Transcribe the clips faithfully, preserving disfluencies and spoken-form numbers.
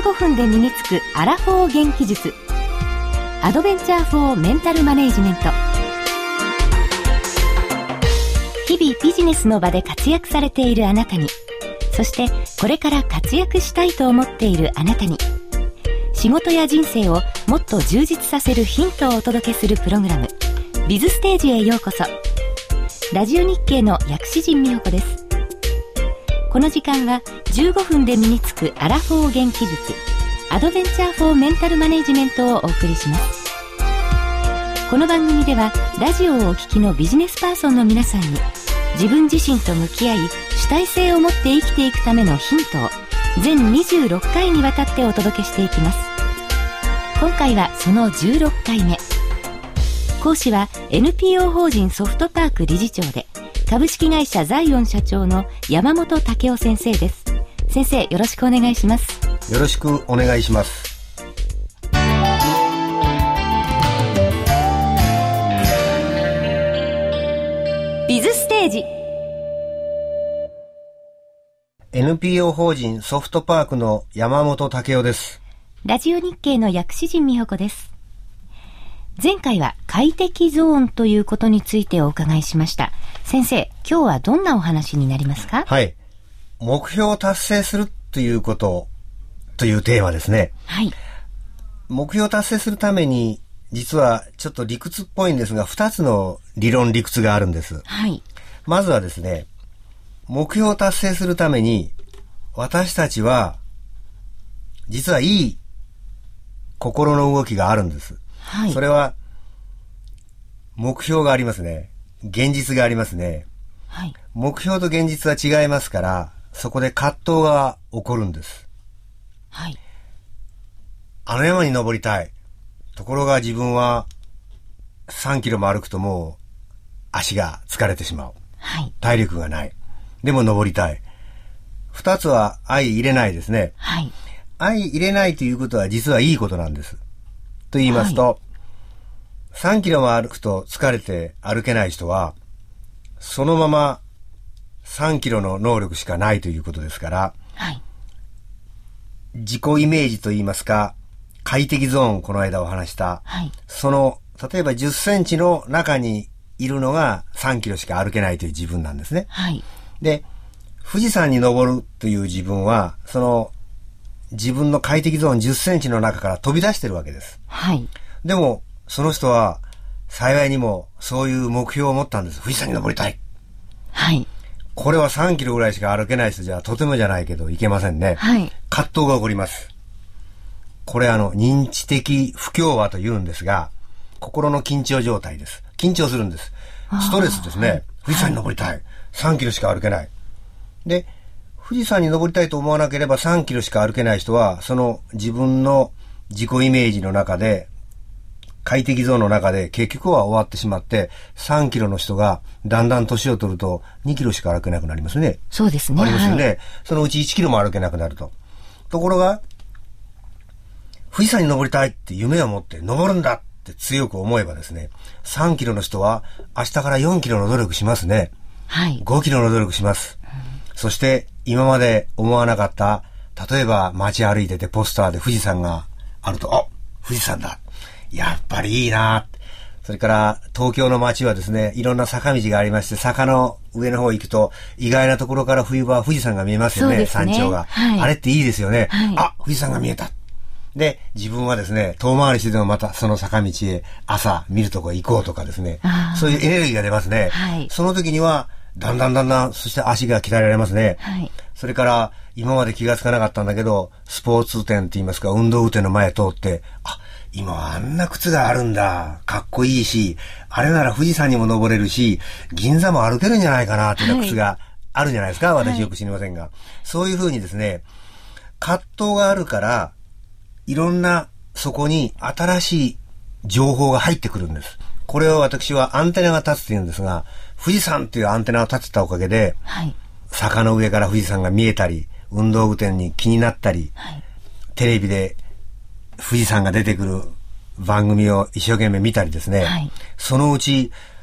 うごふんで身につくアラフォー元気術、アドベンチャーフォーメンタルマネージメント。日々ビジネスの場で活躍されているあなたに、そしてこれから活躍したいと思っているあなたに、仕事や人生をもっと充実させるヒントをお届けするプログラム、ビズステージへようこそ。ラジオ日経の薬師陣美穂子です。この時間はじゅうごふんで身につくアラフォー元気術、アドベンチャーフォーメンタルマネージメントをお送りします。この番組ではラジオをお聞きのビジネスパーソンの皆さんに、自分自身と向き合い主体性を持って生きていくためのヒントを全にじゅうろっかいにわたってお届けしていきます。今回はそのじゅうろっかいめ。講師は エヌピーオー 法人ソフトパーク理事長で株式会社ザイオン社長の山本武夫先生です。先生、よろしくお願いします。 よろしくお願いします。 ビズステージ。 エヌピーオー 法人ソフトパークの山本武夫です。 ラジオ日経の薬師陣美穂子です。前回は快適ゾーンということについてお伺いしました。先生、今日はどんなお話になりますか？ はい、目標を達成するということというテーマですね。 はい。 目標を達成するために、実はちょっと理屈っぽいんですが、二つの理論理屈があるんです。 はい。まずはですね、目標を達成するために私たちは実はいい心の動きがあるんです。はい。それは目標がありますね。現実がありますね。はい。目標と現実は違いますから、そこで葛藤が起こるんです。はい。あの山に登りたい。ところが自分はさんキロも歩くともう足が疲れてしまう。はい。体力がない。でも登りたい。二つは相入れないですね。はい。相入れないということは実はいいことなんです。と言いますと、はい、さんキロも歩くと疲れて歩けない人は、そのままさんキロの能力しかないということですから、はい。自己イメージと言いますか、快適ゾーン、この間お話した、はい、その例えばじゅっセンチの中にいるのがさんキロしか歩けないという自分なんですね。はい。で、富士山に登るという自分はその自分の快適ゾーンじゅっセンチの中から飛び出してるわけです。はい。でもその人は幸いにもそういう目標を持ったんです。富士山に登りたい。はい。これはさんキロぐらいしか歩けない人じゃとてもじゃないけどいけませんね。はい。葛藤が起こります。これあの認知的不協和と言うんですが、心の緊張状態です。緊張するんです。ストレスですね。はい、富士山に登りたい、はい、さんキロしか歩けない。で、富士山に登りたいと思わなければさんキロしか歩けない人は、その自分の自己イメージの中で、快適ゾーンの中で結局は終わってしまって、さんキロの人がだんだん年を取るとにキロしか歩けなくなりますね。 そうですね。 ありますよね。はい、そのうちいちキロも歩けなくなると。ところが、富士山に登りたいって夢を持って登るんだって強く思えばですね、さんキロの人は明日からよんキロの努力しますね。はい。ごキロの努力します。うん、そして今まで思わなかった、例えば街歩いててポスターで富士山があると、あ、富士山だ。やっぱりいいな。それから東京の街はですね、いろんな坂道がありまして、坂の上の方行くと意外なところから冬場は富士山が見えますよね。そうですね。山頂が、はい。あれっていいですよね。はい、あ、富士山が見えた。で、自分はですね、遠回りしてでもまたその坂道へ朝見るとこへ行こうとかですね、そういうエネルギーが出ますね。はい、その時には、だんだんだんだん、そして足が鍛えられますね。はい、それから、今まで気がつかなかったんだけど、スポーツ店って言いますか、運動店の前通って、あ、今はあんな靴があるんだ。かっこいいし、あれなら富士山にも登れるし、銀座も歩けるんじゃないかなっていう靴があるんじゃないですか。はい、私よく知りませんが。そういうふうにですね、葛藤があるから、いろんなそこに新しい情報が入ってくるんです。これを私はアンテナが立つというんですが、富士山というアンテナを立てたおかげで、はい、坂の上から富士山が見えたり、運動具店に気になったり、はい、テレビで富士山が出てくる番組を一生懸命見たりですね、はい、そのうち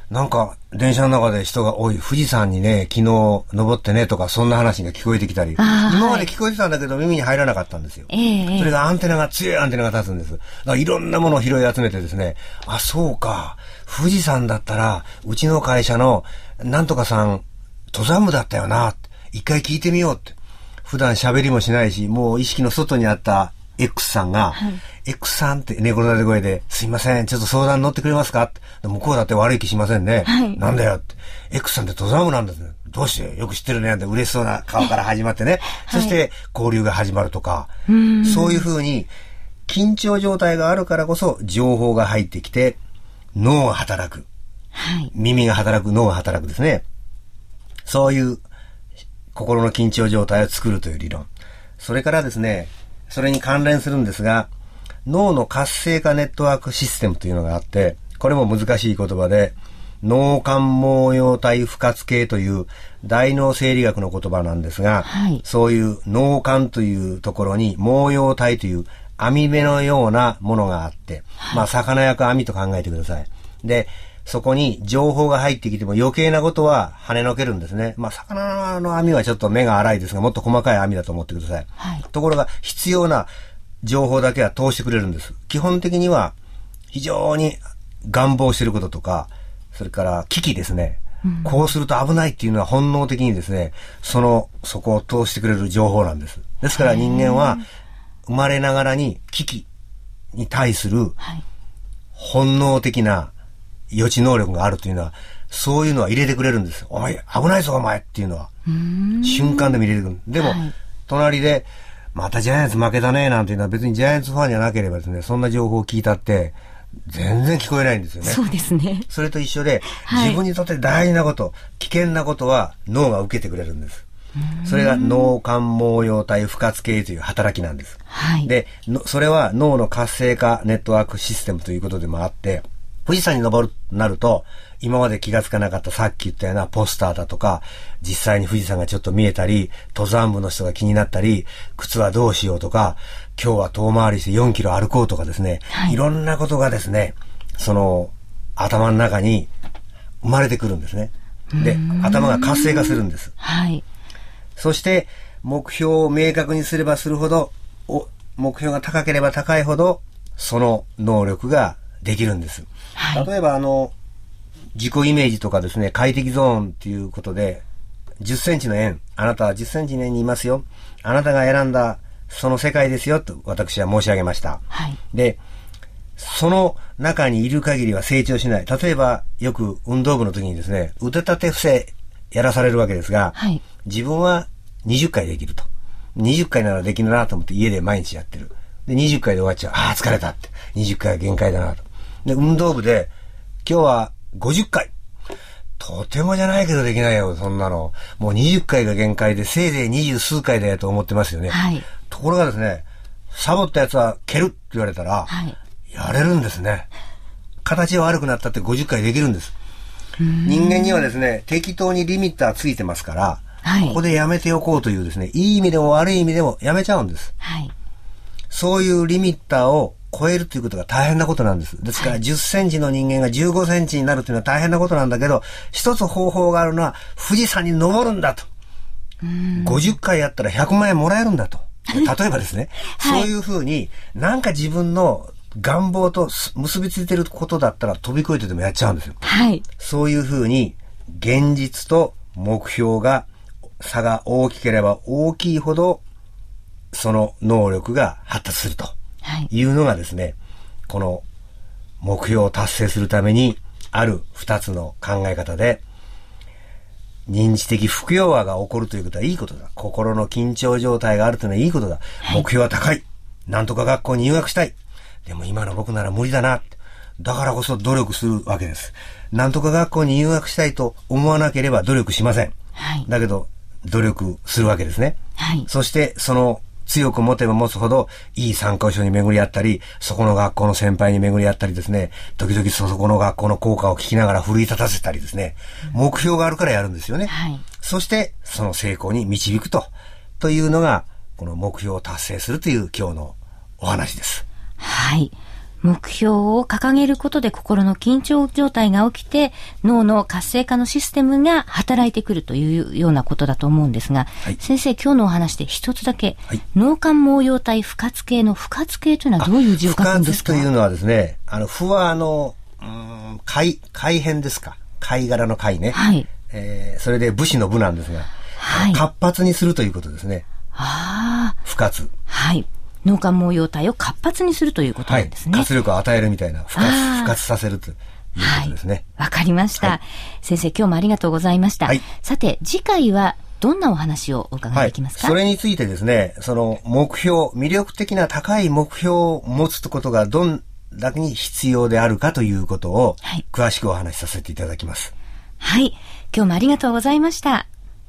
なんか電車の中で人が、おい、富士山にね、昨日登ってねとか、そんな話が聞こえてきたり、今まで聞こえてたんだけど耳に入らなかったんですよ。えー、それがアンテナが、強いアンテナが立つんです。だからいろんなものを拾い集めてですね、あ、そうか、富士山だったら、うちの会社のなんとかさん、登山部だったよな、一回聞いてみようって。普段喋りもしないし、もう意識の外にあった X さんが、はい、X さんって猫なで声で、すいません、ちょっと相談乗ってくれますかって。向こうだって悪い気しませんね。はい、なんだよって。X さんって登山部なんですね。どうしてよく知ってるねって嬉しそうな顔から始まってね。そして交流が始まるとか、はい、そういうふうに緊張状態があるからこそ情報が入ってきて、脳が働く。はい、耳が働く、脳が働くですね。そういう心の緊張状態を作るという理論。それからですね、それに関連するんですが、脳の活性化ネットワークシステムというのがあって、これも難しい言葉で、脳幹毛様体不活系という大脳生理学の言葉なんですが、はい、そういう脳幹というところに毛様体という網目のようなものがあって、はい、まあ魚焼く網と考えてください。で、そこに情報が入ってきても余計なことは跳ねのけるんですね。まあ魚の網はちょっと目が粗いですが、もっと細かい網だと思ってください。はい、ところが必要な情報だけは通してくれるんです。基本的には非常に願望していることとか、それから危機ですね、うん、こうすると危ないっていうのは本能的にですね、そのそこを通してくれる情報なんです。ですから人間は生まれながらに危機に対する本能的な予知能力があるというのは、そういうのは入れてくれるんです。お前危ないぞお前っていうのは瞬間でも入れてくる。でも、はい、隣でまたジャイアンツ負けたねなんていうのは別にジャイアンツファンじゃなければですね、そんな情報を聞いたって全然聞こえないんですよね。 そうですね。 それと一緒で、はい、自分にとって大事なこと、危険なことは脳が受けてくれるんです。それが脳幹毛様体不活系という働きなんです。はい、で、それは脳の活性化ネットワークシステムということでもあって、富士山に登るとなると、今まで気がつかなかったさっき言ったようなポスターだとか、実際に富士山がちょっと見えたり、登山部の人が気になったり、靴はどうしようとか、今日は遠回りしてよんキロ歩こうとかですね、はい、いろんなことがですね、その頭の中に生まれてくるんですね。で、頭が活性化するんです。はい。そして目標を明確にすればするほど、お目標が高ければ高いほど、その能力ができるんです。はい、例えばあの自己イメージとかですね、快適ゾーンっていうことで、じゅっセンチの円、あなたはじゅっセンチの円にいますよ。あなたが選んだその世界ですよと私は申し上げました。はい、で、その中にいる限りは成長しない。例えばよく運動部の時にですね、腕立て伏せやらされるわけですが、はい、自分はにじゅっかいできると。にじゅっかいならできるなと思って家で毎日やってる。で、にじゅっかいで終わっちゃう。ああ、疲れたって。にじゅっかいは限界だなと。で、運動部で今日はごじゅっかい。とてもじゃないけどできないよ、そんなの。もうにじゅっかいが限界で、せいぜいにじゅうすうかいだよと思ってますよね。はい、ところがですね、サボったやつは蹴るって言われたら、はい、やれるんですね。形は悪くなったってごじゅっかいできるんです。人間にはですね、適当にリミッターついてますから、はい、ここでやめておこうというですね、いい意味でも悪い意味でもやめちゃうんです。はい、そういうリミッターを超えるということが大変なことなんです。ですからじゅっセンチの人間がじゅうごセンチになるというのは大変なことなんだけど、一つ方法があるのは富士山に登るんだと。ごじゅっかいやったらひゃくまんえんもらえるんだと。例えばですね、はい、そういうふうになんか自分の願望と結びついていることだったら飛び越えてでもやっちゃうんですよ。はい、そういうふうに現実と目標が差が大きければ大きいほどその能力が発達するというのがですね、この目標を達成するためにある二つの考え方で、認知的副陽和が起こるということはいいことだ。心の緊張状態があるというのはいいことだ。目標は高い。なんとか学校に入学したい。でも今の僕なら無理だな。だからこそ努力するわけです。なんとか学校に入学したいと思わなければ努力しません。はい、だけど努力するわけですね。はい、そしてその強く持てば持つほどいい参考書に巡り合ったり、そこの学校の先輩に巡り合ったりですね、時々そこの学校の校歌を聞きながら奮い立たせたりですね、目標があるからやるんですよね。はい、そしてその成功に導くと、というのがこの目標を達成するという今日のお話です。 はい。 目標を掲げることで心の緊張状態が起きて脳の活性化のシステムが働いてくるというようなことだと思うんですが、はい、先生今日のお話で一つだけ、はい、脳幹毛様体不活系の不活系というのはどういう字を書くんですか？ 不活というのはですね、あの不はあのうーん貝貝片ですか、貝殻の貝ね、はい、えー、それで武士の武なんですが、はい、活発にするということですね。ああ、不活、 はい、脳幹毛様体を活発にするということなんですね。 はい、活力を与えるみたいな、不活、不活させるということですね。 わ、はい、かりました、はい、先生今日もありがとうございました、はい、さて次回はどんなお話をお伺いできますか？ はい、それについてですね、その目標、魅力的な高い目標を持つことがどんだけに必要であるかということを詳しくお話しさせていただきます。 はい、今日もありがとうございました。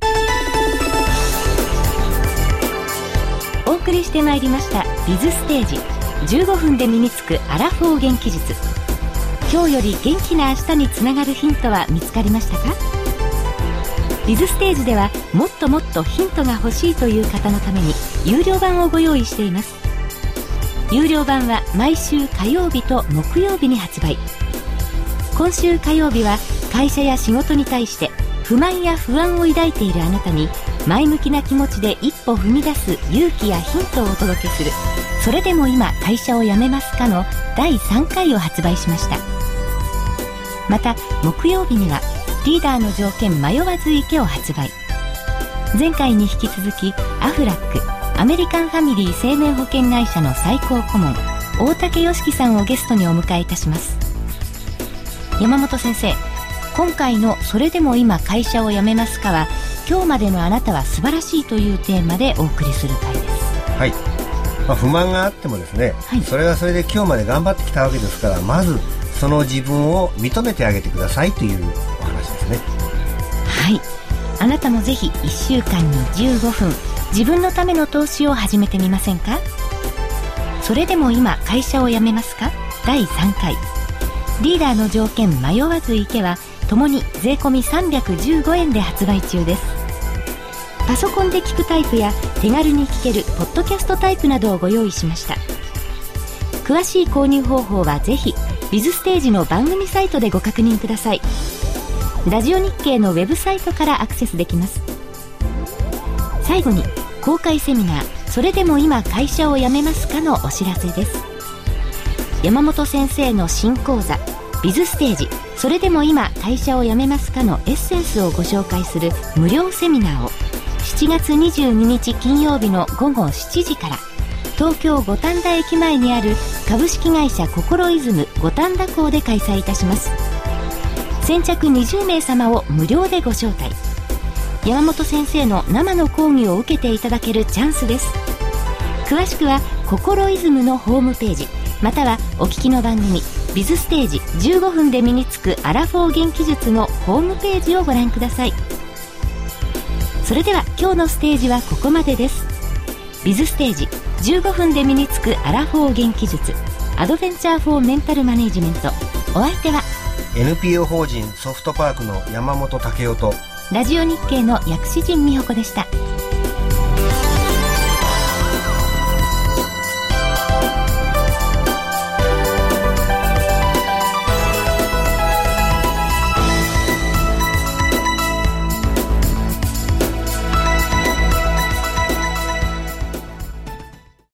お送りしてまいりましたビズステージじゅうごふんで身につくアラフォー元気術。今日より元気な明日につながるヒントは見つかりましたか？ビズステージではもっともっとヒントが欲しいという方のために有料版をご用意しています。有料版は毎週火曜日と木曜日に発売。今週火曜日は会社や仕事に対して不満や不安を抱いているあなたに前向きな気持ちで一歩踏み出す勇気やヒントをお届けする、それでも今会社を辞めますかのだいさんかいを発売しました。また木曜日にはリーダーの条件迷わず池を発売。前回に引き続きアフラックアメリカンファミリー生命保険会社の最高顧問大竹良樹さんをゲストにお迎えいたします。山本先生、今回のそれでも今会社を辞めますかは今日までのあなたは素晴らしいというテーマでお送りする回です。 はい、まあ、不満があってもですね、はい、それはそれで今日まで頑張ってきたわけですから、まずその自分を認めてあげてくださいというお話ですね。 はい、あなたもぜひいっしゅうかんにじゅうごふん自分のための投資を始めてみませんか？それでも今会社を辞めますかだいさんかい、リーダーの条件迷わず池はともに税込みさんびゃくじゅうごえんで発売中です。パソコンで聞くタイプや手軽に聞けるポッドキャストタイプなどをご用意しました。詳しい購入方法はぜひビズステージの番組サイトでご確認ください。ラジオ日経のウェブサイトからアクセスできます。最後に公開セミナーそれでも今会社を辞めますかのお知らせです。山本先生の新講座ビズステージそれでも今会社を辞めますかのエッセンスをご紹介する無料セミナーをしちがつにじゅうににち金曜日のごごしちじから東京五反田駅前にある株式会社心イズム五反田校で開催いたします。先着にじゅうめい様を無料でご招待。山本先生の生の講義を受けていただけるチャンスです。詳しくは心イズムのホームページまたはお聞きの番組ビズステージじゅうごふんで身につくアラフォー元気術のホームページをご覧ください。それでは今日のステージはここまでです。ビズステージじゅうごふんで身につくアラフォー元気術アドベンチャーフォーメンタルマネジメント、お相手はエヌピーオー 法人ソフトパークの山本武雄とラジオ日経の薬師陣美穂子でした。